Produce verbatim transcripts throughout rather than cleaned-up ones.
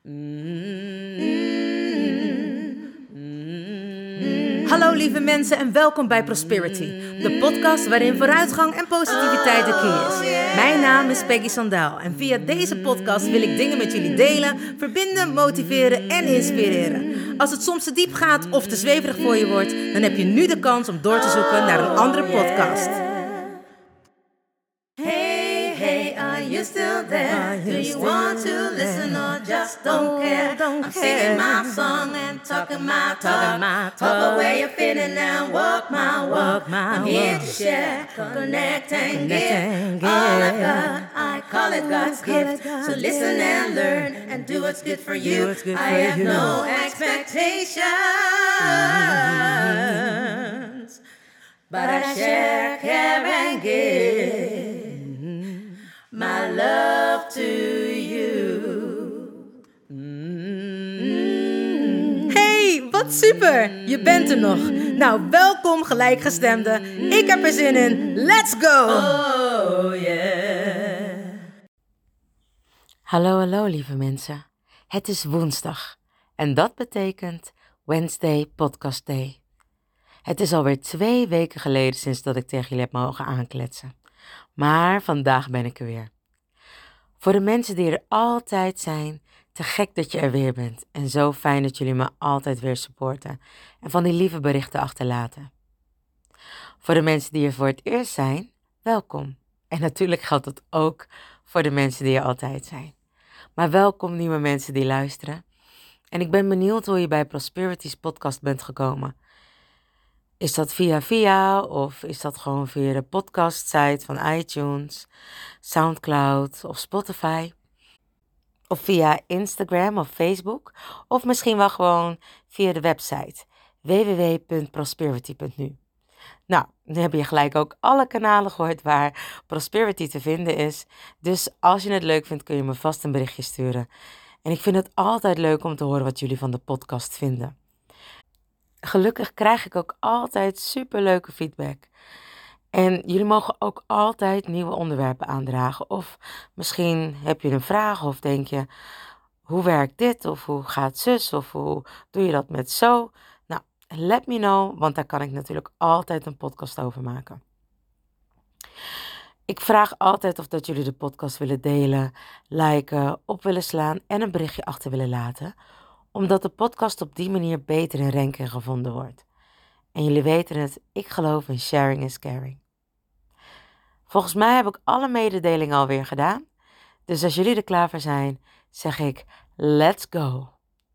Hallo lieve mensen en welkom bij Prosperity, de podcast waarin vooruitgang en positiviteit de key is. Mijn naam is Peggy Sandaal en via deze podcast wil ik dingen met jullie delen, verbinden, motiveren en inspireren. Als het soms te diep gaat of te zweverig voor je wordt, dan heb je nu de kans om door te zoeken naar een andere podcast. Hey, hey, are you still there? Do you want to listen or just don't care? I'm singing my song and talking my talk. Talk away you're feeling and walk my walk. I'm here to share, connect and give. All I got, I call it God's gift. So listen and learn and do what's good for you. I have no expectations, but I share, care and give my love to you. Hey, wat super! Je bent er nog. Nou, welkom gelijkgestemden. Ik heb er zin in. Let's go! Oh yeah. Hallo, hallo lieve mensen. Het is woensdag en dat betekent Wednesday Podcast Day. Het is alweer twee weken geleden sinds dat ik tegen jullie heb mogen aankletsen. Maar vandaag ben ik er weer. Voor de mensen die er altijd zijn, te gek dat je er weer bent. En zo fijn dat jullie me altijd weer supporten en van die lieve berichten achterlaten. Voor de mensen die er voor het eerst zijn, welkom. En natuurlijk geldt dat ook voor de mensen die er altijd zijn. Maar welkom nieuwe mensen die luisteren. En ik ben benieuwd hoe je bij Prosperity's podcast bent gekomen. Is dat via via of is dat gewoon via de podcastsite van iTunes, Soundcloud of Spotify? Of via Instagram of Facebook? Of misschien wel gewoon via de website w w w punt prosperity punt n u. Nou, nu heb je gelijk ook alle kanalen gehoord waar Prosperity te vinden is. Dus als je het leuk vindt kun je me vast een berichtje sturen. En ik vind het altijd leuk om te horen wat jullie van de podcast vinden. Gelukkig krijg ik ook altijd superleuke feedback. En jullie mogen ook altijd nieuwe onderwerpen aandragen. Of misschien heb je een vraag of denk je, hoe werkt dit? Of hoe gaat zus? Of hoe doe je dat met zo? Nou, let me know, want daar kan ik natuurlijk altijd een podcast over maken. Ik vraag altijd of dat jullie de podcast willen delen, liken, op willen slaan en een berichtje achter willen laten. Omdat de podcast op die manier beter in ranking gevonden wordt. En jullie weten het, ik geloof in sharing is caring. Volgens mij heb ik alle mededelingen alweer gedaan. Dus als jullie er klaar voor zijn, zeg ik let's go.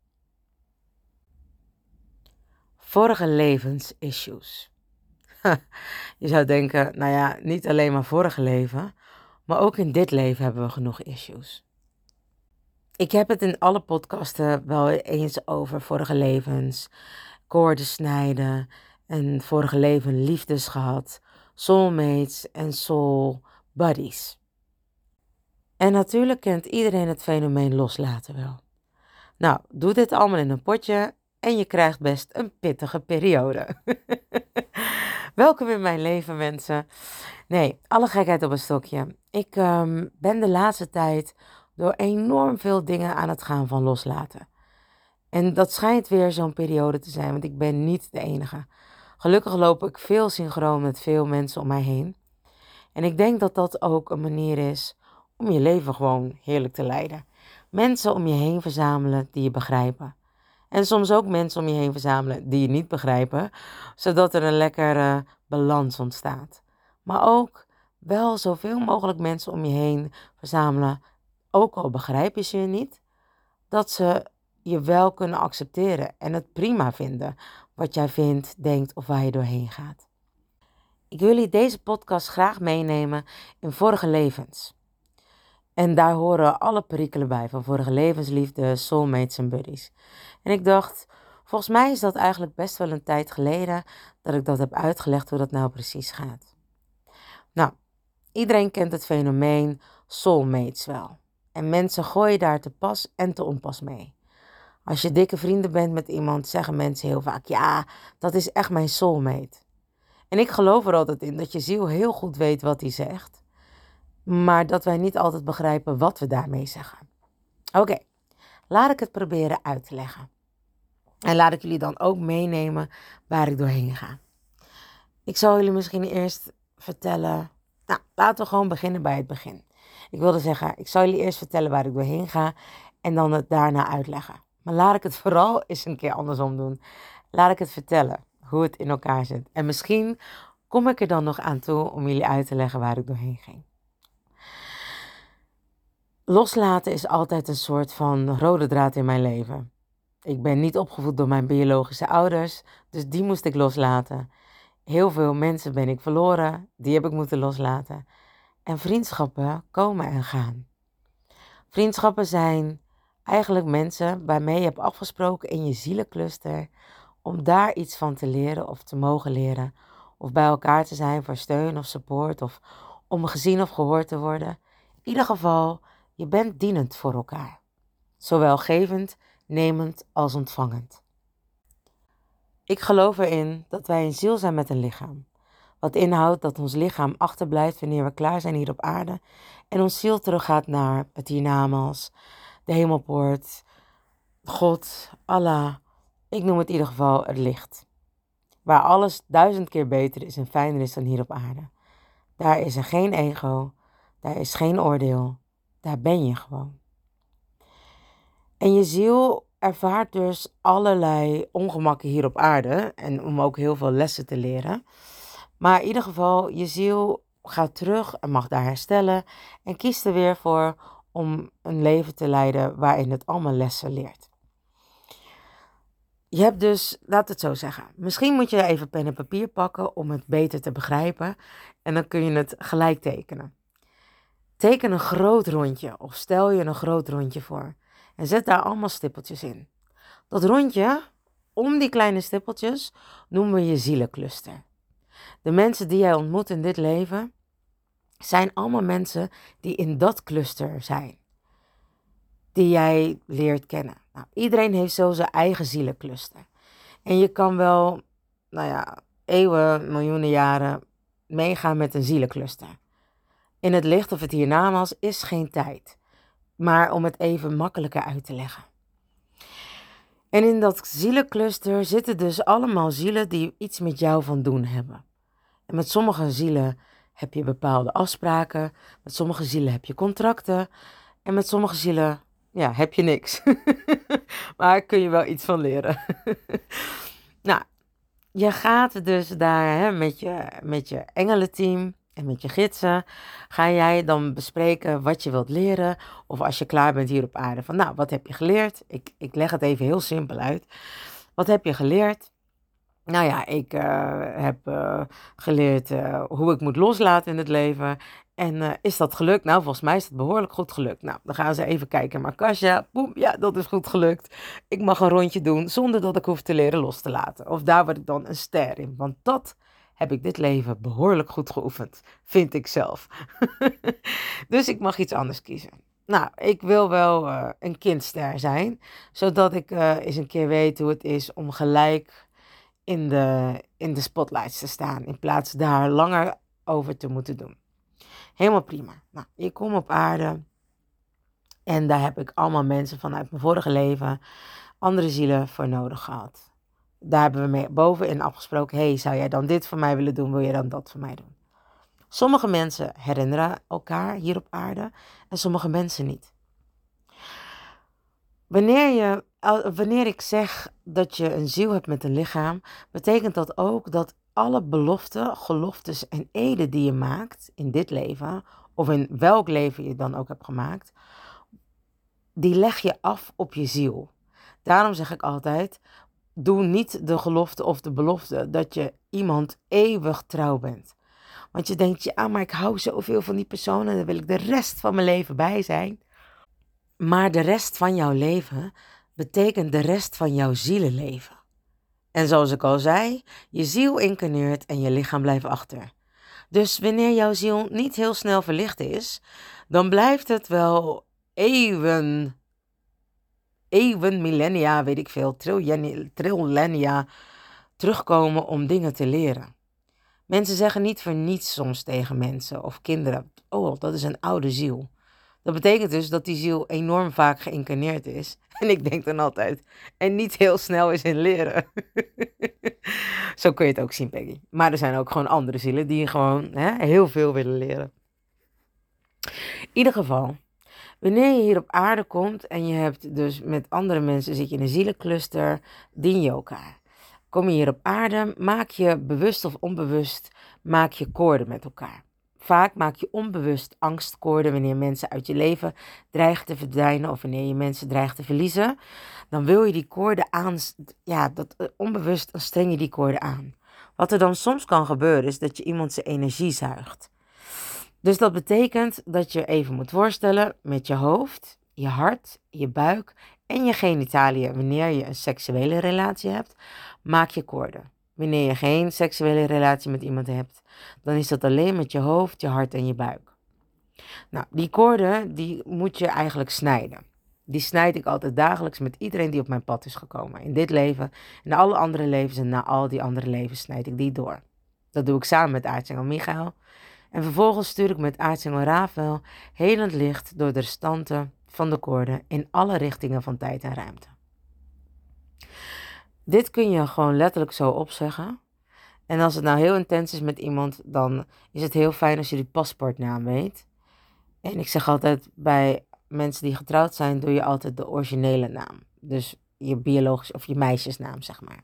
Vorige levensissues. Je zou denken, nou ja, niet alleen maar vorige leven, maar ook in dit leven hebben we genoeg issues. Ik heb het in alle podcasten wel eens over vorige levens, koorden snijden en vorige leven liefdes gehad, soulmates en soul buddies. En natuurlijk kent iedereen het fenomeen loslaten wel. Nou, doe dit allemaal in een potje en je krijgt best een pittige periode. Welkom in mijn leven mensen. Nee, alle gekheid op een stokje. Ik um, ben de laatste tijd door enorm veel dingen aan het gaan van loslaten. En dat schijnt weer zo'n periode te zijn, want ik ben niet de enige. Gelukkig loop ik veel synchroon met veel mensen om mij heen. En ik denk dat dat ook een manier is om je leven gewoon heerlijk te leiden. Mensen om je heen verzamelen die je begrijpen. En soms ook mensen om je heen verzamelen die je niet begrijpen, zodat er een lekkere balans ontstaat. Maar ook wel zoveel mogelijk mensen om je heen verzamelen, ook al begrijp je ze niet, dat ze je wel kunnen accepteren en het prima vinden wat jij vindt, denkt of waar je doorheen gaat. Ik wil jullie deze podcast graag meenemen in vorige levens. En daar horen alle perikelen bij van vorige levensliefde, soulmates en buddies. En ik dacht, volgens mij is dat eigenlijk best wel een tijd geleden dat ik dat heb uitgelegd hoe dat nou precies gaat. Nou, iedereen kent het fenomeen soulmates wel. En mensen gooien daar te pas en te onpas mee. Als je dikke vrienden bent met iemand, zeggen mensen heel vaak, ja, dat is echt mijn soulmate. En ik geloof er altijd in dat je ziel heel goed weet wat hij zegt. Maar dat wij niet altijd begrijpen wat we daarmee zeggen. Oké, okay, Laat ik het proberen uit te leggen. En laat ik jullie dan ook meenemen waar ik doorheen ga. Ik zal jullie misschien eerst vertellen. Nou, laten we gewoon beginnen bij het begin. Ik wilde zeggen, ik zal jullie eerst vertellen waar ik doorheen ga en dan het daarna uitleggen. Maar laat ik het vooral eens een keer andersom doen. Laat ik het vertellen hoe het in elkaar zit. En misschien kom ik er dan nog aan toe om jullie uit te leggen waar ik doorheen ging. Loslaten is altijd een soort van rode draad in mijn leven. Ik ben niet opgevoed door mijn biologische ouders, dus die moest ik loslaten. Heel veel mensen ben ik verloren, die heb ik moeten loslaten. En vriendschappen komen en gaan. Vriendschappen zijn eigenlijk mensen waarmee je hebt afgesproken in je zielencluster om daar iets van te leren of te mogen leren. Of bij elkaar te zijn voor steun of support of om gezien of gehoord te worden. In ieder geval, je bent dienend voor elkaar. Zowel gevend, nemend als ontvangend. Ik geloof erin dat wij een ziel zijn met een lichaam. Wat inhoudt dat ons lichaam achterblijft wanneer we klaar zijn hier op aarde. En ons ziel teruggaat naar het hiernamaals, de hemelpoort, God, Allah. Ik noem het in ieder geval het licht. Waar alles duizend keer beter is en fijner is dan hier op aarde. Daar is er geen ego, daar is geen oordeel, daar ben je gewoon. En je ziel ervaart dus allerlei ongemakken hier op aarde en om ook heel veel lessen te leren. Maar in ieder geval, je ziel gaat terug en mag daar herstellen en kiest er weer voor om een leven te leiden waarin het allemaal lessen leert. Je hebt dus, laat het zo zeggen, misschien moet je even pen en papier pakken om het beter te begrijpen en dan kun je het gelijk tekenen. Teken een groot rondje of stel je een groot rondje voor en zet daar allemaal stippeltjes in. Dat rondje, om die kleine stippeltjes, noemen we je zielencluster. De mensen die jij ontmoet in dit leven zijn allemaal mensen die in dat cluster zijn. Die jij leert kennen. Nou, iedereen heeft zo zijn eigen zielencluster. En je kan wel, nou ja, eeuwen, miljoenen jaren meegaan met een zielencluster. In het licht of het hiernamaals is geen tijd. Maar om het even makkelijker uit te leggen. En in dat zielencluster zitten dus allemaal zielen die iets met jou van doen hebben. En met sommige zielen heb je bepaalde afspraken. Met sommige zielen heb je contracten. En met sommige zielen, ja, heb je niks. Maar kun je wel iets van leren. Nou, je gaat dus daar hè, met je, met je engelenteam en met je gidsen. Ga jij dan bespreken wat je wilt leren. Of als je klaar bent hier op aarde. Van nou, wat heb je geleerd? Ik, ik leg het even heel simpel uit. Wat heb je geleerd? Nou ja, ik uh, heb uh, geleerd uh, hoe ik moet loslaten in het leven. En uh, is dat gelukt? Nou, volgens mij is het behoorlijk goed gelukt. Nou, dan gaan ze even kijken. Maar Kasia, boem, ja, dat is goed gelukt. Ik mag een rondje doen zonder dat ik hoef te leren los te laten. Of daar word ik dan een ster in. Want dat heb ik dit leven behoorlijk goed geoefend. Vind ik zelf. Dus ik mag iets anders kiezen. Nou, ik wil wel uh, een kindster zijn. Zodat ik uh, eens een keer weet hoe het is om gelijk in de, in de spotlights te staan. In plaats daar langer over te moeten doen. Helemaal prima. Nou, ik kom op aarde. En daar heb ik allemaal mensen vanuit mijn vorige leven. Andere zielen voor nodig gehad. Daar hebben we mee bovenin afgesproken. Hey, zou jij dan dit voor mij willen doen? Wil je dan dat voor mij doen? Sommige mensen herinneren elkaar hier op aarde. En sommige mensen niet. Wanneer, je, wanneer ik zeg dat je een ziel hebt met een lichaam, betekent dat ook dat alle beloften, geloftes en eden die je maakt in dit leven, of in welk leven je dan ook hebt gemaakt, die leg je af op je ziel. Daarom zeg ik altijd, doe niet de gelofte of de belofte dat je iemand eeuwig trouw bent. Want je denkt, ja, maar ik hou zoveel van die persoon en daar wil ik de rest van mijn leven bij zijn. Maar de rest van jouw leven betekent de rest van jouw zielenleven. En zoals ik al zei, je ziel incarneert en je lichaam blijft achter. Dus wanneer jouw ziel niet heel snel verlicht is, dan blijft het wel eeuwen, eeuwen, millennia, weet ik veel, trillennia terugkomen om dingen te leren. Mensen zeggen niet voor niets soms tegen mensen of kinderen, oh, dat is een oude ziel. Dat betekent dus dat die ziel enorm vaak geïncarneerd is. En ik denk dan altijd, en niet heel snel is in leren. Zo kun je het ook zien, Peggy. Maar er zijn ook gewoon andere zielen die gewoon hè, heel veel willen leren. In ieder geval, wanneer je hier op aarde komt en je hebt dus met andere mensen, zit je in een zielencluster, dien je elkaar. Kom je hier op aarde, maak je bewust of onbewust, maak je koorden met elkaar. Vaak maak je onbewust angstkoorden wanneer mensen uit je leven dreigen te verdwijnen of wanneer je mensen dreigt te verliezen. Dan wil je die koorden aan, ja, dat, onbewust dan streng je die koorden aan. Wat er dan soms kan gebeuren is dat je iemand zijn energie zuigt. Dus dat betekent dat je even moet voorstellen met je hoofd, je hart, je buik en je genitaliën. Wanneer je een seksuele relatie hebt, maak je koorden. Wanneer je geen seksuele relatie met iemand hebt, dan is dat alleen met je hoofd, je hart en je buik. Nou, die koorden, die moet je eigenlijk snijden. Die snijd ik altijd dagelijks met iedereen die op mijn pad is gekomen. In dit leven, in alle andere levens en na al die andere levens snijd ik die door. Dat doe ik samen met aartsengel Michael. En vervolgens stuur ik met aartsengel Rafael helend licht door de restanten van de koorden in alle richtingen van tijd en ruimte. Dit kun je gewoon letterlijk zo opzeggen. En als het nou heel intens is met iemand, dan is het heel fijn als je die paspoortnaam weet. En ik zeg altijd, bij mensen die getrouwd zijn, doe je altijd de originele naam. Dus je biologische of je meisjesnaam, zeg maar.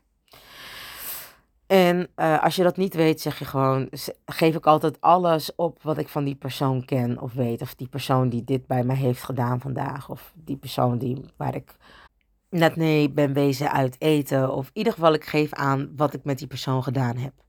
En uh, als je dat niet weet, zeg je gewoon, geef ik altijd alles op wat ik van die persoon ken of weet. Of die persoon die dit bij mij heeft gedaan vandaag. Of die persoon die, waar ik net nee ben wezen uit eten. Of in ieder geval, ik geef aan wat ik met die persoon gedaan heb.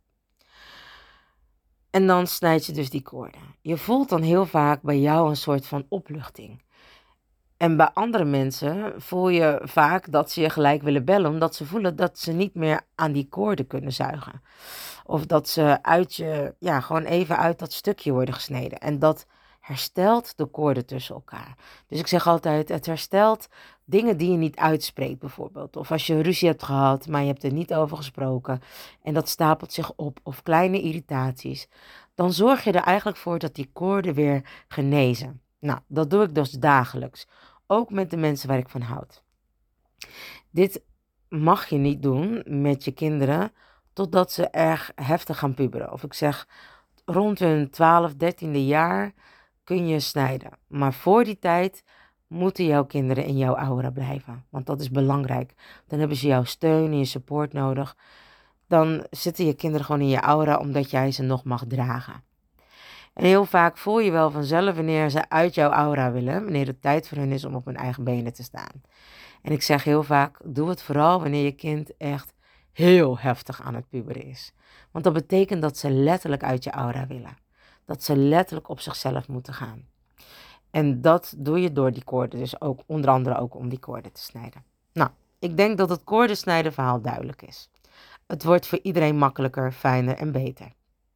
En dan snijd je dus die koorden. Je voelt dan heel vaak bij jou een soort van opluchting. En bij andere mensen voel je vaak dat ze je gelijk willen bellen, omdat ze voelen dat ze niet meer aan die koorden kunnen zuigen. Of dat ze uit je, ja, gewoon even uit dat stukje worden gesneden. En dat herstelt de koorden tussen elkaar. Dus ik zeg altijd, het herstelt dingen die je niet uitspreekt bijvoorbeeld. Of als je ruzie hebt gehad, maar je hebt er niet over gesproken en dat stapelt zich op. Of kleine irritaties. Dan zorg je er eigenlijk voor dat die koorden weer genezen. Nou, dat doe ik dus dagelijks. Ook met de mensen waar ik van houd. Dit mag je niet doen met je kinderen totdat ze erg heftig gaan puberen. Of ik zeg, rond hun twaalf, dertiende jaar kun je snijden. Maar voor die tijd moeten jouw kinderen in jouw aura blijven. Want dat is belangrijk. Dan hebben ze jouw steun en je support nodig. Dan zitten je kinderen gewoon in je aura omdat jij ze nog mag dragen. En heel vaak voel je wel vanzelf wanneer ze uit jouw aura willen, wanneer het tijd voor hen is om op hun eigen benen te staan. En ik zeg heel vaak, doe het vooral wanneer je kind echt heel heftig aan het puberen is. Want dat betekent dat ze letterlijk uit je aura willen. Dat ze letterlijk op zichzelf moeten gaan. En dat doe je door die koorden, dus ook onder andere ook om die koorden te snijden. Nou, ik denk dat het koordensnijden verhaal duidelijk is. Het wordt voor iedereen makkelijker, fijner en beter.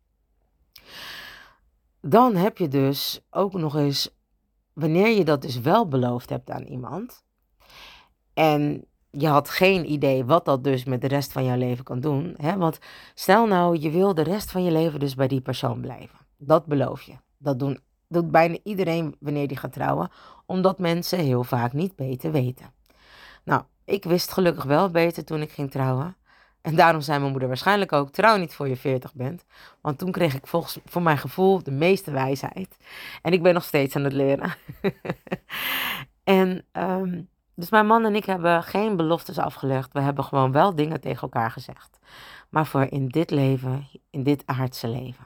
Dan heb je dus ook nog eens, wanneer je dat dus wel beloofd hebt aan iemand en je had geen idee wat dat dus met de rest van jouw leven kan doen. Hè? Want stel nou, je wil de rest van je leven dus bij die persoon blijven. Dat beloof je. Dat doen, doet bijna iedereen wanneer die gaat trouwen, omdat mensen heel vaak niet beter weten. Nou, ik wist gelukkig wel beter toen ik ging trouwen. En daarom zei mijn moeder waarschijnlijk ook, trouw niet voor je veertig bent. Want toen kreeg ik volgens, voor mijn gevoel de meeste wijsheid. En ik ben nog steeds aan het leren. en um, dus mijn man en ik hebben geen beloftes afgelegd. We hebben gewoon wel dingen tegen elkaar gezegd. Maar voor in dit leven, in dit aardse leven.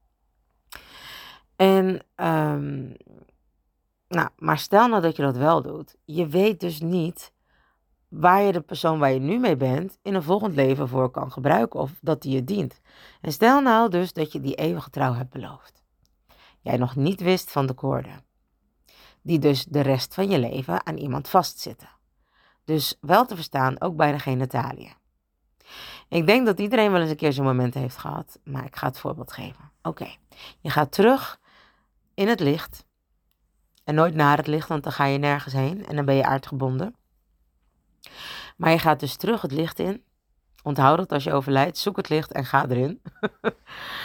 En, um, nou, maar stel nou dat je dat wel doet. Je weet dus niet waar je de persoon waar je nu mee bent in een volgend leven voor kan gebruiken of dat die je dient. En stel nou dus dat je die eeuwige trouw hebt beloofd. Jij nog niet wist van de koorden. Die dus de rest van je leven aan iemand vastzitten. Dus wel te verstaan ook bij de genitaliën. Ik denk dat iedereen wel eens een keer zo'n moment heeft gehad, maar ik ga het voorbeeld geven. Oké, okay. Je gaat terug in het licht en nooit naar het licht, want dan ga je nergens heen en dan ben je aardgebonden. Maar je gaat dus terug het licht in. Onthoud dat als je overlijdt, zoek het licht en ga erin.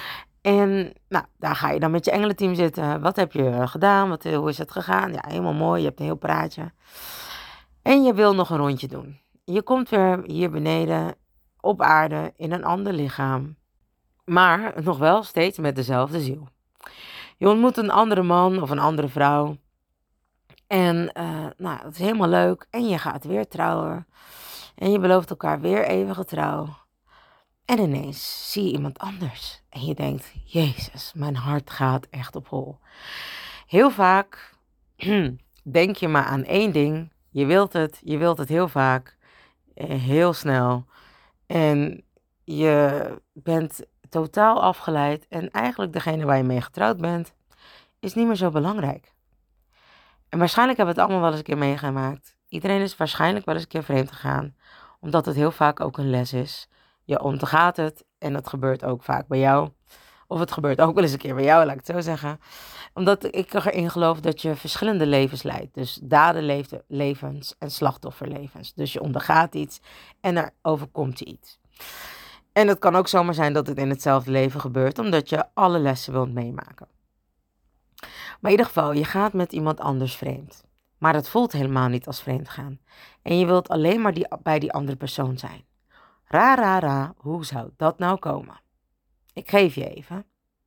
En nou, daar ga je dan met je engelenteam zitten. Wat heb je gedaan? Wat, hoe is het gegaan? Ja, helemaal mooi. Je hebt een heel praatje. En je wil nog een rondje doen. Je komt weer hier beneden op aarde in een ander lichaam. Maar nog wel steeds met dezelfde ziel. Je ontmoet een andere man of een andere vrouw. En uh, nou, dat is helemaal leuk. En je gaat weer trouwen. En je belooft elkaar weer eeuwige trouw. En ineens zie je iemand anders. En je denkt, Jezus, mijn hart gaat echt op hol. Heel vaak denk je maar aan één ding. Je wilt het, je wilt het heel vaak. Heel snel. En je bent totaal afgeleid. En eigenlijk degene waar je mee getrouwd bent, is niet meer zo belangrijk. En waarschijnlijk hebben we het allemaal wel eens een keer meegemaakt. Iedereen is waarschijnlijk wel eens een keer vreemd gegaan. Omdat het heel vaak ook een les is. Je ondergaat het en dat gebeurt ook vaak bij jou. Of het gebeurt ook wel eens een keer bij jou, laat ik het zo zeggen. Omdat ik erin geloof dat je verschillende levens leidt. Dus dadenlevens en slachtofferlevens. Dus je ondergaat iets en er overkomt je iets. En het kan ook zomaar zijn dat het in hetzelfde leven gebeurt. Omdat je alle lessen wilt meemaken. Maar in ieder geval, je gaat met iemand anders vreemd. Maar dat voelt helemaal niet als vreemd gaan. En je wilt alleen maar die, bij die andere persoon zijn. Ra, ra, ra, hoe zou dat nou komen? Ik geef je even.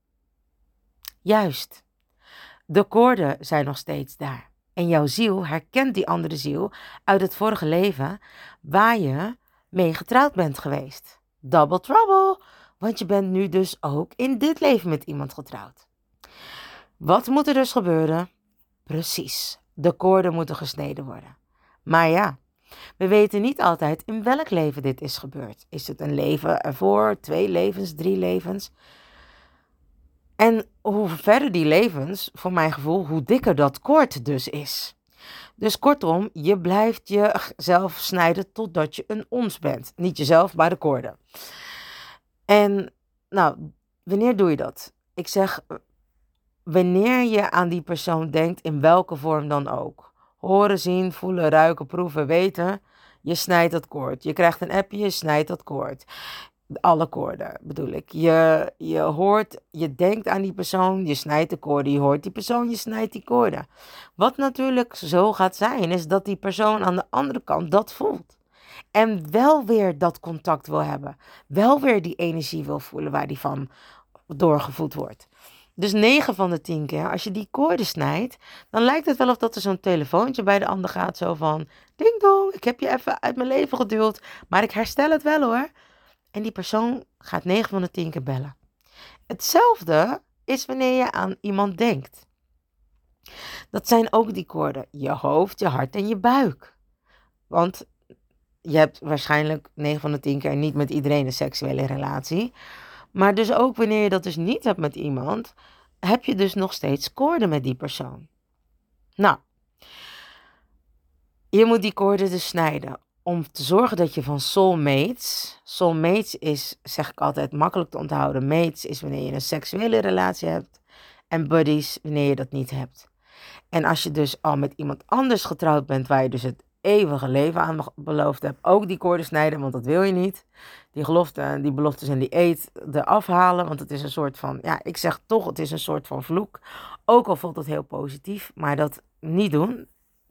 Juist. De koorden zijn nog steeds daar. En jouw ziel herkent die andere ziel uit het vorige leven waar je mee getrouwd bent geweest. Double trouble, want je bent nu dus ook in dit leven met iemand getrouwd. Wat moet er dus gebeuren? Precies, de koorden moeten gesneden worden. Maar ja, we weten niet altijd in welk leven dit is gebeurd. Is het een leven ervoor, twee levens, drie levens? En hoe verder die levens, voor mijn gevoel, hoe dikker dat koord dus is. Dus kortom, je blijft jezelf snijden totdat je een ons bent. Niet jezelf, maar de koorden. En nou, wanneer doe je dat? Ik zeg, wanneer je aan die persoon denkt, in welke vorm dan ook. Horen, zien, voelen, ruiken, proeven, weten. Je snijdt dat koord. Je krijgt een appje, je snijdt dat koord. Alle koorden bedoel ik. Je, je hoort, je denkt aan die persoon, je snijdt de koorden. Je hoort die persoon, je snijdt die koorden. Wat natuurlijk zo gaat zijn, is dat die persoon aan de andere kant dat voelt. En wel weer dat contact wil hebben. Wel weer die energie wil voelen waar die van doorgevoed wordt. Dus negen van de tien keer, als je die koorden snijdt, dan lijkt het wel of dat er zo'n telefoontje bij de ander gaat. Zo van, ding dong, ik heb je even uit mijn leven geduwd, maar ik herstel het wel hoor. En die persoon gaat negen van de tien keer bellen. Hetzelfde is wanneer je aan iemand denkt. Dat zijn ook die koorden. Je hoofd, je hart en je buik. Want je hebt waarschijnlijk negen van de tien keer niet met iedereen een seksuele relatie. Maar dus ook wanneer je dat dus niet hebt met iemand, heb je dus nog steeds koorden met die persoon. Nou, je moet die koorden dus snijden. Om te zorgen dat je van soulmates, soulmates is, zeg ik altijd, makkelijk te onthouden. Mates is wanneer je een seksuele relatie hebt. En buddies wanneer je dat niet hebt. En als je dus al met iemand anders getrouwd bent, waar je dus het eeuwige leven aan beloofd hebt, ook die koorden snijden, want dat wil je niet. Die geloften, die beloftes en die eed eraf halen, want het is een soort van, ja, ik zeg toch, het is een soort van vloek. Ook al voelt het heel positief, maar dat niet doen.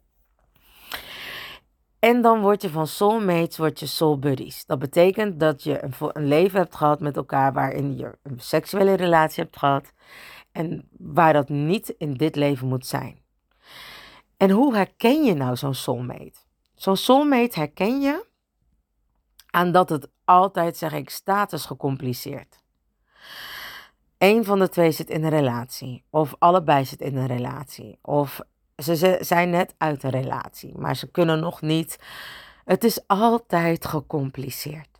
En dan word je van soulmates, word je soul buddies. Dat betekent dat je een, een leven hebt gehad met elkaar waarin je een seksuele relatie hebt gehad. En waar dat niet in dit leven moet zijn. En hoe herken je nou zo'n soulmate? Zo'n soulmate herken je aan dat het altijd, zeg ik, staat is gecompliceerd. Eén van de twee zit in een relatie. Of allebei zit in een relatie. Of ze zijn net uit een relatie, maar ze kunnen nog niet. Het is altijd gecompliceerd.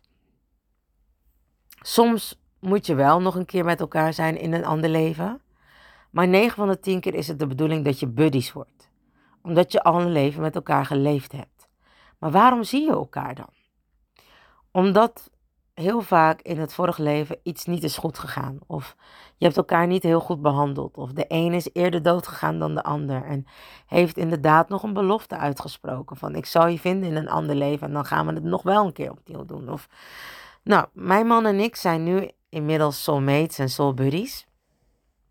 Soms moet je wel nog een keer met elkaar zijn in een ander leven. Maar negen van de tien keer is het de bedoeling dat je buddies wordt. Omdat je al een leven met elkaar geleefd hebt. Maar waarom zie je elkaar dan? Omdat heel vaak in het vorige leven iets niet is goed gegaan. Of je hebt elkaar niet heel goed behandeld. Of de een is eerder dood gegaan dan de ander. En heeft inderdaad nog een belofte uitgesproken. Van ik zal je vinden in een ander leven. En dan gaan we het nog wel een keer opnieuw doen. Of, nou, mijn man en ik zijn nu inmiddels soulmates en soul buddies.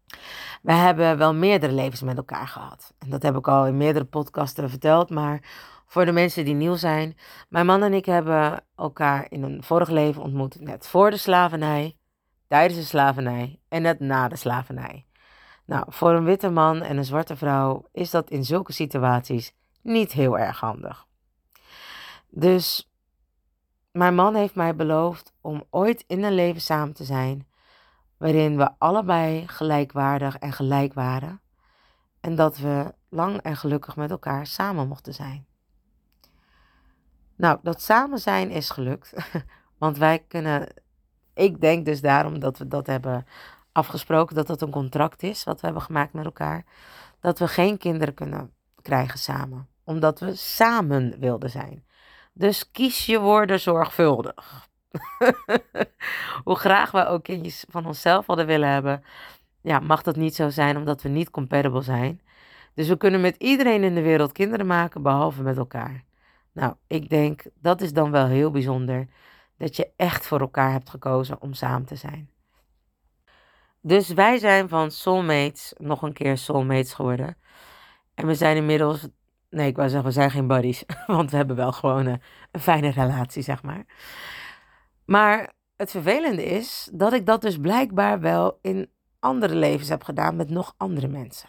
We hebben wel meerdere levens met elkaar gehad. En dat heb ik al in meerdere podcasten verteld. Maar voor de mensen die nieuw zijn. Mijn man en ik hebben elkaar in een vorig leven ontmoet. Net voor de slavernij, tijdens de slavernij en net na de slavernij. Nou, voor een witte man en een zwarte vrouw is dat in zulke situaties niet heel erg handig. Dus mijn man heeft mij beloofd om ooit in een leven samen te zijn waarin we allebei gelijkwaardig en gelijk waren. En dat we lang en gelukkig met elkaar samen mochten zijn. Nou, dat samen zijn is gelukt. Want wij kunnen, ik denk dus daarom dat we dat hebben afgesproken, dat dat een contract is wat we hebben gemaakt met elkaar. Dat we geen kinderen kunnen krijgen samen. Omdat we samen wilden zijn. Dus kies je woorden zorgvuldig. Hoe graag we ook kindjes van onszelf hadden willen hebben, ja, mag dat niet zo zijn omdat we niet compatible zijn. Dus we kunnen met iedereen in de wereld kinderen maken, behalve met elkaar. Nou, ik denk, dat is dan wel heel bijzonder, dat je echt voor elkaar hebt gekozen om samen te zijn. Dus wij zijn van soulmates nog een keer soulmates geworden. En we zijn inmiddels, nee, ik wou zeggen, we zijn geen buddies, want we hebben wel gewoon een, een fijne relatie, zeg maar. Maar het vervelende is dat ik dat dus blijkbaar wel in andere levens heb gedaan met nog andere mensen.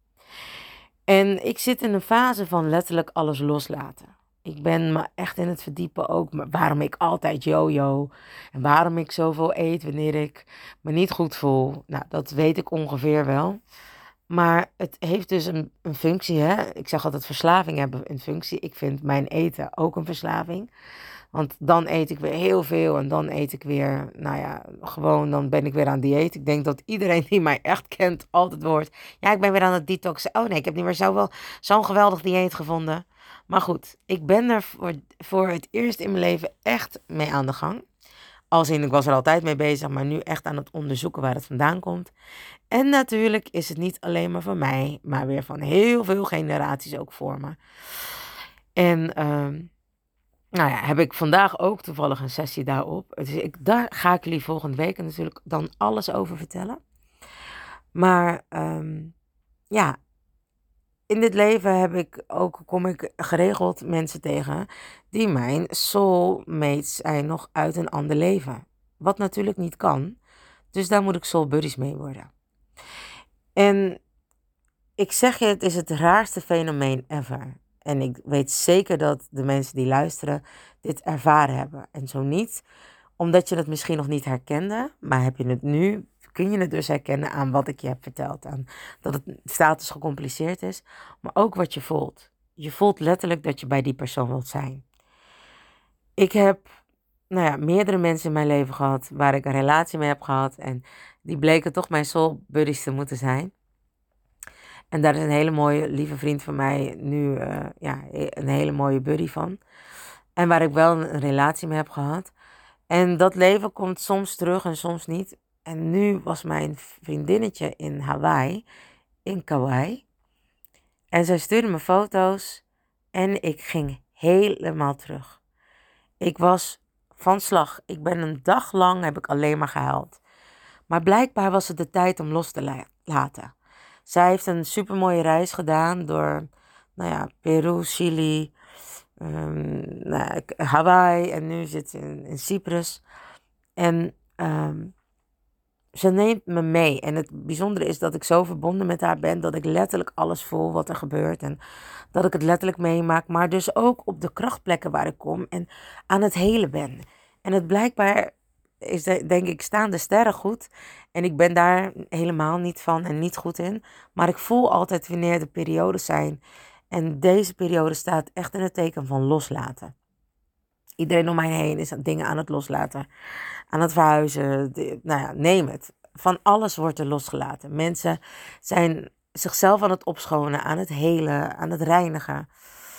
En ik zit in een fase van letterlijk alles loslaten. Ik ben me echt in het verdiepen ook, maar waarom ik altijd yo-yo en waarom ik zoveel eet wanneer ik me niet goed voel. Nou, dat weet ik ongeveer wel. Maar het heeft dus een, een functie, hè. Ik zeg altijd verslaving hebben een functie. Ik vind mijn eten ook een verslaving. Want dan eet ik weer heel veel en dan eet ik weer, nou ja, gewoon, dan ben ik weer aan dieet. Ik denk dat iedereen die mij echt kent altijd hoort, ja, ik ben weer aan het detoxen. Oh nee, ik heb niet meer zo wel, zo'n geweldig dieet gevonden. Maar goed, ik ben er voor, voor het eerst in mijn leven echt mee aan de gang. Als in, ik was er altijd mee bezig, maar nu echt aan het onderzoeken waar het vandaan komt. En natuurlijk is het niet alleen maar van mij, maar weer van heel veel generaties ook voor me. En uh, nou ja, heb ik vandaag ook toevallig een sessie daarop. Dus ik, daar ga ik jullie volgende week natuurlijk dan alles over vertellen. Maar um, ja, in dit leven heb ik ook, kom ik geregeld mensen tegen die mijn soulmates zijn nog uit een ander leven. Wat natuurlijk niet kan. Dus daar moet ik soul buddies mee worden. En ik zeg je, het is het raarste fenomeen ever. En ik weet zeker dat de mensen die luisteren dit ervaren hebben. En zo niet, omdat je het misschien nog niet herkende, maar heb je het nu, kun je het dus herkennen aan wat ik je heb verteld. Aan dat het status gecompliceerd is, maar ook wat je voelt. Je voelt letterlijk dat je bij die persoon wilt zijn. Ik heb nou ja, meerdere mensen in mijn leven gehad waar ik een relatie mee heb gehad. En die bleken toch mijn soul buddies te moeten zijn. En daar is een hele mooie, lieve vriend van mij nu uh, ja, een hele mooie buddy van. En waar ik wel een, een relatie mee heb gehad. En dat leven komt soms terug en soms niet. En nu was mijn vriendinnetje in Hawaii, in Kauai. En zij stuurde me foto's en ik ging helemaal terug. Ik was van slag. Ik ben een dag lang, heb ik alleen maar gehuild. Maar blijkbaar was het de tijd om los te la- laten. Zij heeft een supermooie reis gedaan door nou ja, Peru, Chili, um, nou, Hawaii en nu zit ze in, in Cyprus. En um, ze neemt me mee. En het bijzondere is dat ik zo verbonden met haar ben dat ik letterlijk alles voel wat er gebeurt. En dat ik het letterlijk meemaak. Maar dus ook op de krachtplekken waar ik kom en aan het helen ben. En het blijkbaar is de, denk ik, staan de sterren goed. En ik ben daar helemaal niet van en niet goed in. Maar ik voel altijd wanneer de periodes zijn. En deze periode staat echt in het teken van loslaten. Iedereen om mij heen is dingen aan het loslaten. Aan het verhuizen. De, nou ja, neem het. Van alles wordt er losgelaten. Mensen zijn zichzelf aan het opschonen, aan het helen, aan het reinigen.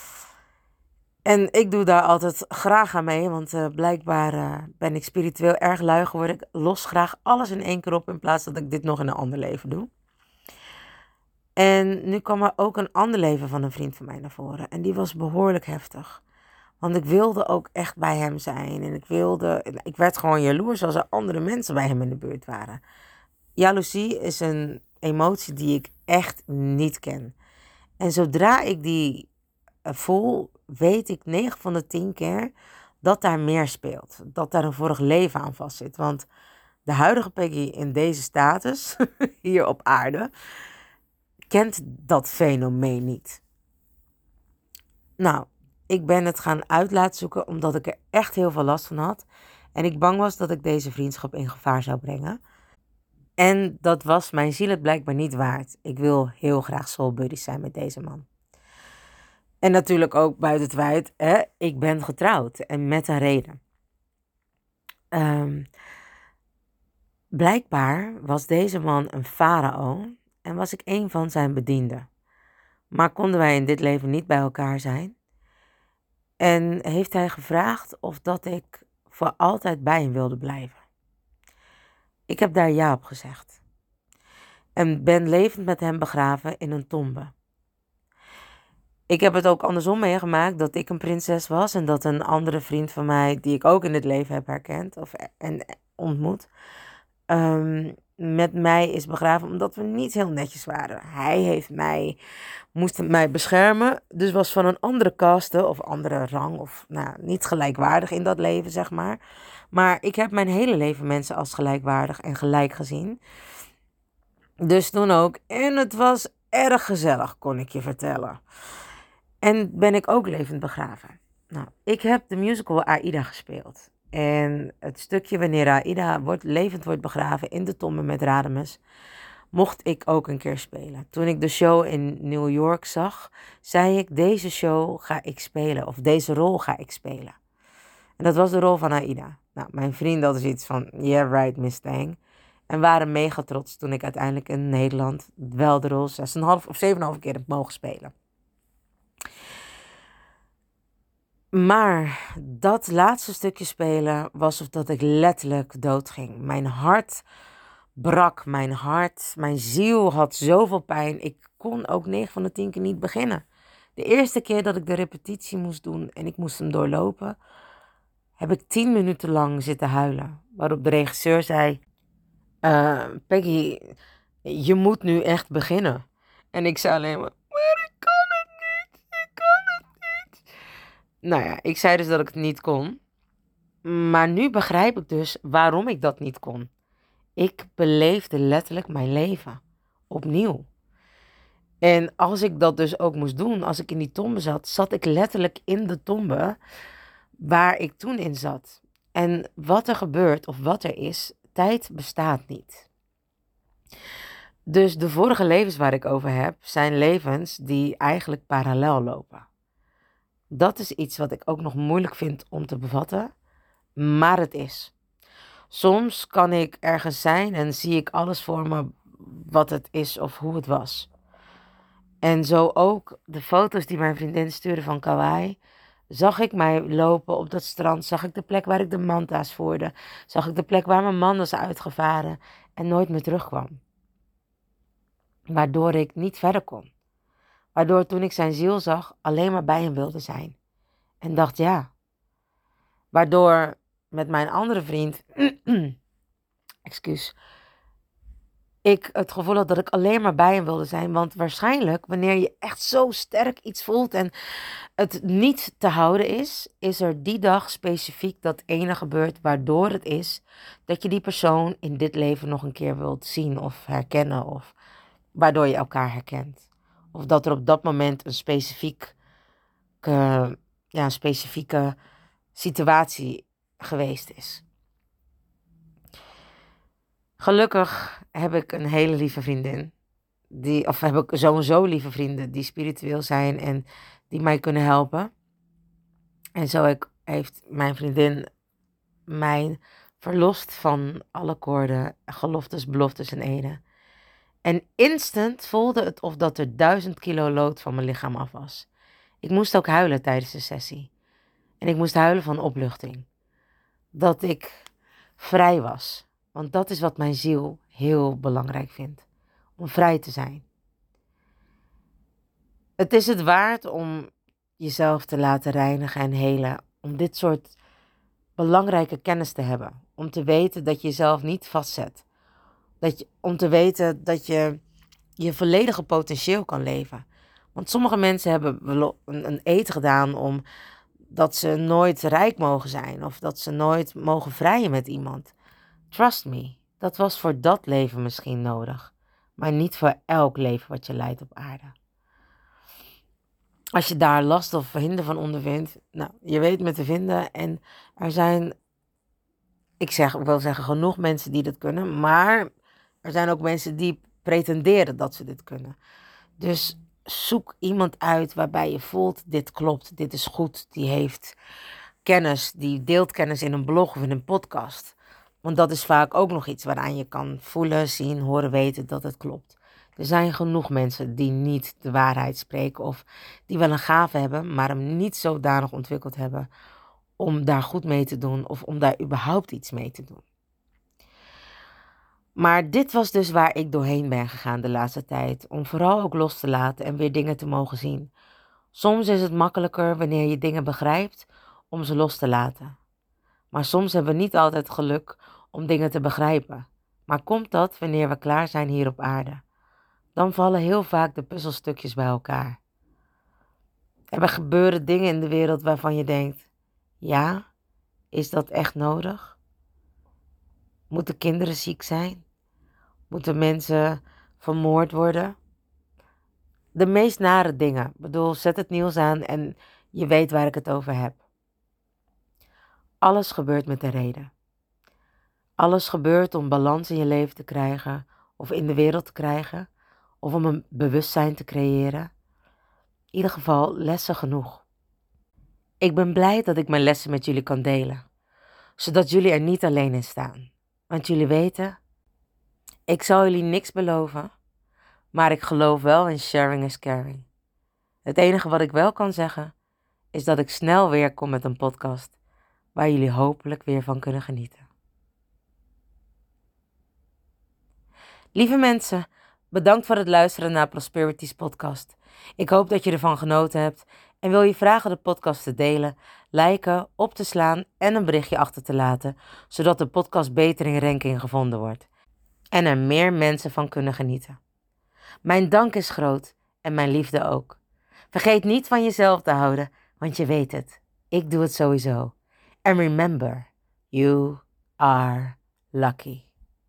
En ik doe daar altijd graag aan mee, want uh, blijkbaar uh, ben ik spiritueel erg lui geworden. Ik los graag alles in één keer op in plaats dat ik dit nog in een ander leven doe. En nu kwam er ook een ander leven van een vriend van mij naar voren. En die was behoorlijk heftig. Want ik wilde ook echt bij hem zijn. En ik wilde, ik werd gewoon jaloers als er andere mensen bij hem in de buurt waren. Jaloezie is een emotie die ik echt niet ken. En zodra ik die uh, voel, weet ik negen van de tien keer dat daar meer speelt. Dat daar een vorig leven aan vastzit. Want de huidige Peggy in deze status, hier op aarde, kent dat fenomeen niet. Nou, ik ben het gaan uit laten zoeken omdat ik er echt heel veel last van had. En ik bang was dat ik deze vriendschap in gevaar zou brengen. En dat was mijn ziel het blijkbaar niet waard. Ik wil heel graag soul buddies zijn met deze man. En natuurlijk ook buiten het feit, hè, ik ben getrouwd en met een reden. Um, blijkbaar was deze man een farao en was ik een van zijn bedienden. Maar konden wij in dit leven niet bij elkaar zijn? En heeft hij gevraagd of dat ik voor altijd bij hem wilde blijven. Ik heb daar ja op gezegd. En ben levend met hem begraven in een tombe. Ik heb het ook andersom meegemaakt dat ik een prinses was en dat een andere vriend van mij, die ik ook in het leven heb herkend of en ontmoet, um, met mij is begraven omdat we niet heel netjes waren. Hij heeft mij, moest mij beschermen, dus was van een andere kaste of andere rang of nou, niet gelijkwaardig in dat leven, zeg maar. Maar ik heb mijn hele leven mensen als gelijkwaardig en gelijk gezien. Dus toen ook. En het was erg gezellig, kon ik je vertellen. En ben ik ook levend begraven. Nou, ik heb de musical Aida gespeeld. En het stukje wanneer Aida wordt, levend wordt begraven in de tombe met Radames, mocht ik ook een keer spelen. Toen ik de show in New York zag, zei ik, deze show ga ik spelen. Of deze rol ga ik spelen. En dat was de rol van Aida. Nou, mijn vrienden hadden zoiets van, yeah right, Miss Tang. En waren mega trots toen ik uiteindelijk in Nederland wel de rol zes komma vijf of zeven komma vijf keer heb mogen spelen. Maar dat laatste stukje spelen was of dat ik letterlijk doodging. Mijn hart brak, mijn hart, mijn ziel had zoveel pijn. Ik kon ook negen van de tien keer niet beginnen. De eerste keer dat ik de repetitie moest doen en ik moest hem doorlopen, heb ik tien minuten lang zitten huilen. Waarop de regisseur zei, uh, Peggy, je moet nu echt beginnen. En ik zei alleen maar, maar ik kan het niet, ik kan het niet. Nou ja, ik zei dus dat ik het niet kon. Maar nu begrijp ik dus waarom ik dat niet kon. Ik beleefde letterlijk mijn leven. Opnieuw. En als ik dat dus ook moest doen, als ik in die tombe zat, zat ik letterlijk in de tombe waar ik toen in zat. En wat er gebeurt of wat er is, tijd bestaat niet. Dus de vorige levens waar ik over heb, zijn levens die eigenlijk parallel lopen. Dat is iets wat ik ook nog moeilijk vind om te bevatten, maar het is. Soms kan ik ergens zijn en zie ik alles voor me wat het is of hoe het was. En zo ook de foto's die mijn vriendin stuurde van Kauai. Zag ik mij lopen op dat strand, zag ik de plek waar ik de manta's voerde. Zag ik de plek waar mijn man was uitgevaren en nooit meer terugkwam. Waardoor ik niet verder kon. Waardoor toen ik zijn ziel zag, alleen maar bij hem wilde zijn. En dacht ja. Waardoor met mijn andere vriend, excuus, ik het gevoel had dat ik alleen maar bij hem wilde zijn. Want waarschijnlijk, wanneer je echt zo sterk iets voelt en het niet te houden is, is er die dag specifiek dat ene gebeurd waardoor het is dat je die persoon in dit leven nog een keer wilt zien of herkennen. Of waardoor je elkaar herkent. Of dat er op dat moment een specifiek, uh, ja, een specifieke situatie geweest is. Gelukkig heb ik een hele lieve vriendin. Die, of heb ik sowieso lieve vrienden die spiritueel zijn en die mij kunnen helpen. En zo ik, heeft mijn vriendin mij verlost van alle koorden, geloftes, beloftes en eden. En instant voelde het of dat er duizend kilo lood van mijn lichaam af was. Ik moest ook huilen tijdens de sessie. En ik moest huilen van opluchting. Dat ik vrij was. Want dat is wat mijn ziel heel belangrijk vindt. Om vrij te zijn. Het is het waard om jezelf te laten reinigen en helen. Om dit soort belangrijke kennis te hebben. Om te weten dat je jezelf niet vastzet. Dat je, om te weten dat je je volledige potentieel kan leven. Want sommige mensen hebben wel een, een eed gedaan om dat ze nooit rijk mogen zijn of dat ze nooit mogen vrijen met iemand. Trust me, dat was voor dat leven misschien nodig, maar niet voor elk leven wat je leidt op aarde. Als je daar last of hinder van ondervindt, nou, je weet me te vinden en er zijn, ik zeg, ik wil zeggen genoeg mensen die dit kunnen, maar er zijn ook mensen die pretenderen dat ze dit kunnen. Dus zoek iemand uit waarbij je voelt, dit klopt, dit is goed, die heeft kennis, die deelt kennis in een blog of in een podcast. Want dat is vaak ook nog iets waaraan je kan voelen, zien, horen, weten dat het klopt. Er zijn genoeg mensen die niet de waarheid spreken of die wel een gave hebben, maar hem niet zodanig ontwikkeld hebben om daar goed mee te doen of om daar überhaupt iets mee te doen. Maar dit was dus waar ik doorheen ben gegaan de laatste tijd, om vooral ook los te laten en weer dingen te mogen zien. Soms is het makkelijker wanneer je dingen begrijpt om ze los te laten. Maar soms hebben we niet altijd geluk om dingen te begrijpen. Maar komt dat wanneer we klaar zijn hier op aarde? Dan vallen heel vaak de puzzelstukjes bij elkaar. Er gebeuren dingen in de wereld waarvan je denkt, ja, is dat echt nodig? Moeten kinderen ziek zijn? Moeten mensen vermoord worden? De meest nare dingen. Ik bedoel, zet het nieuws aan en je weet waar ik het over heb. Alles gebeurt met een reden. Alles gebeurt om balans in je leven te krijgen of in de wereld te krijgen of om een bewustzijn te creëren. In ieder geval lessen genoeg. Ik ben blij dat ik mijn lessen met jullie kan delen, zodat jullie er niet alleen in staan. Want jullie weten, ik zal jullie niks beloven, maar ik geloof wel in sharing is caring. Het enige wat ik wel kan zeggen, is dat ik snel weer kom met een podcast waar jullie hopelijk weer van kunnen genieten. Lieve mensen, bedankt voor het luisteren naar Prosperity's podcast. Ik hoop dat je ervan genoten hebt en wil je vragen de podcast te delen, liken, op te slaan en een berichtje achter te laten, zodat de podcast beter in ranking gevonden wordt en er meer mensen van kunnen genieten. Mijn dank is groot en mijn liefde ook. Vergeet niet van jezelf te houden, want je weet het. Ik doe het sowieso. And remember, you are lucky.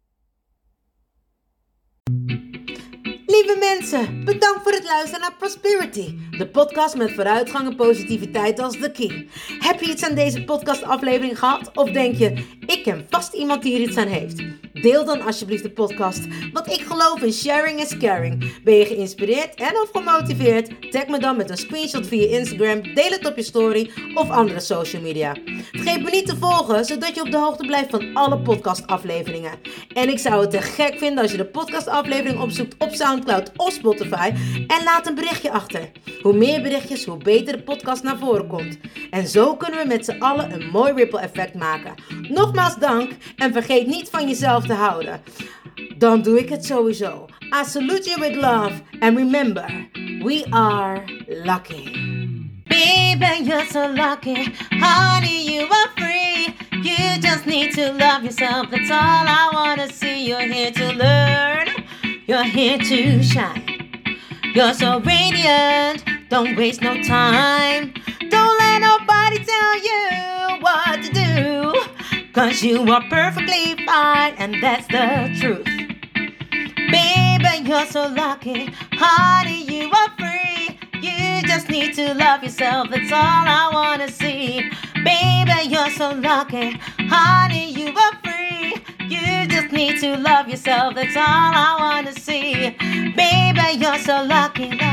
Lieve mensen, bedankt voor het luisteren naar Prosperity, de podcast met vooruitgang en positiviteit als de key. Heb je iets aan deze podcastaflevering gehad of denk je, ik ken vast iemand die hier iets aan heeft? Deel dan alsjeblieft de podcast, want ik geloof in sharing is caring. Ben je geïnspireerd en of gemotiveerd? Tag me dan met een screenshot via Instagram, deel het op je story of andere social media. Vergeet me niet te volgen, zodat je op de hoogte blijft van alle podcastafleveringen. En ik zou het te gek vinden als je de podcastaflevering opzoekt op Soundcloud of Spotify en laat een berichtje achter. Hoe meer berichtjes, hoe beter de podcast naar voren komt. En zo kunnen we met z'n allen een mooi ripple effect maken. Nogmaals dank en vergeet niet van jezelf te houden. Dan doe ik het sowieso. I salute you with love and remember, we are lucky. Baby, you're so lucky. Honey, you are free. You just need to love yourself. That's all I wanna see. You're here to learn. You're here to shine. You're so radiant. Don't waste no time. Don't let nobody tell you what to do. Cause you are perfectly fine. And that's the truth. Baby, you're so lucky. Honey, you are free. You just need to love yourself. That's all I wanna see. Baby, you're so lucky. Honey, you are free. You just need to love yourself. That's all I wanna see. Baby, you're so lucky.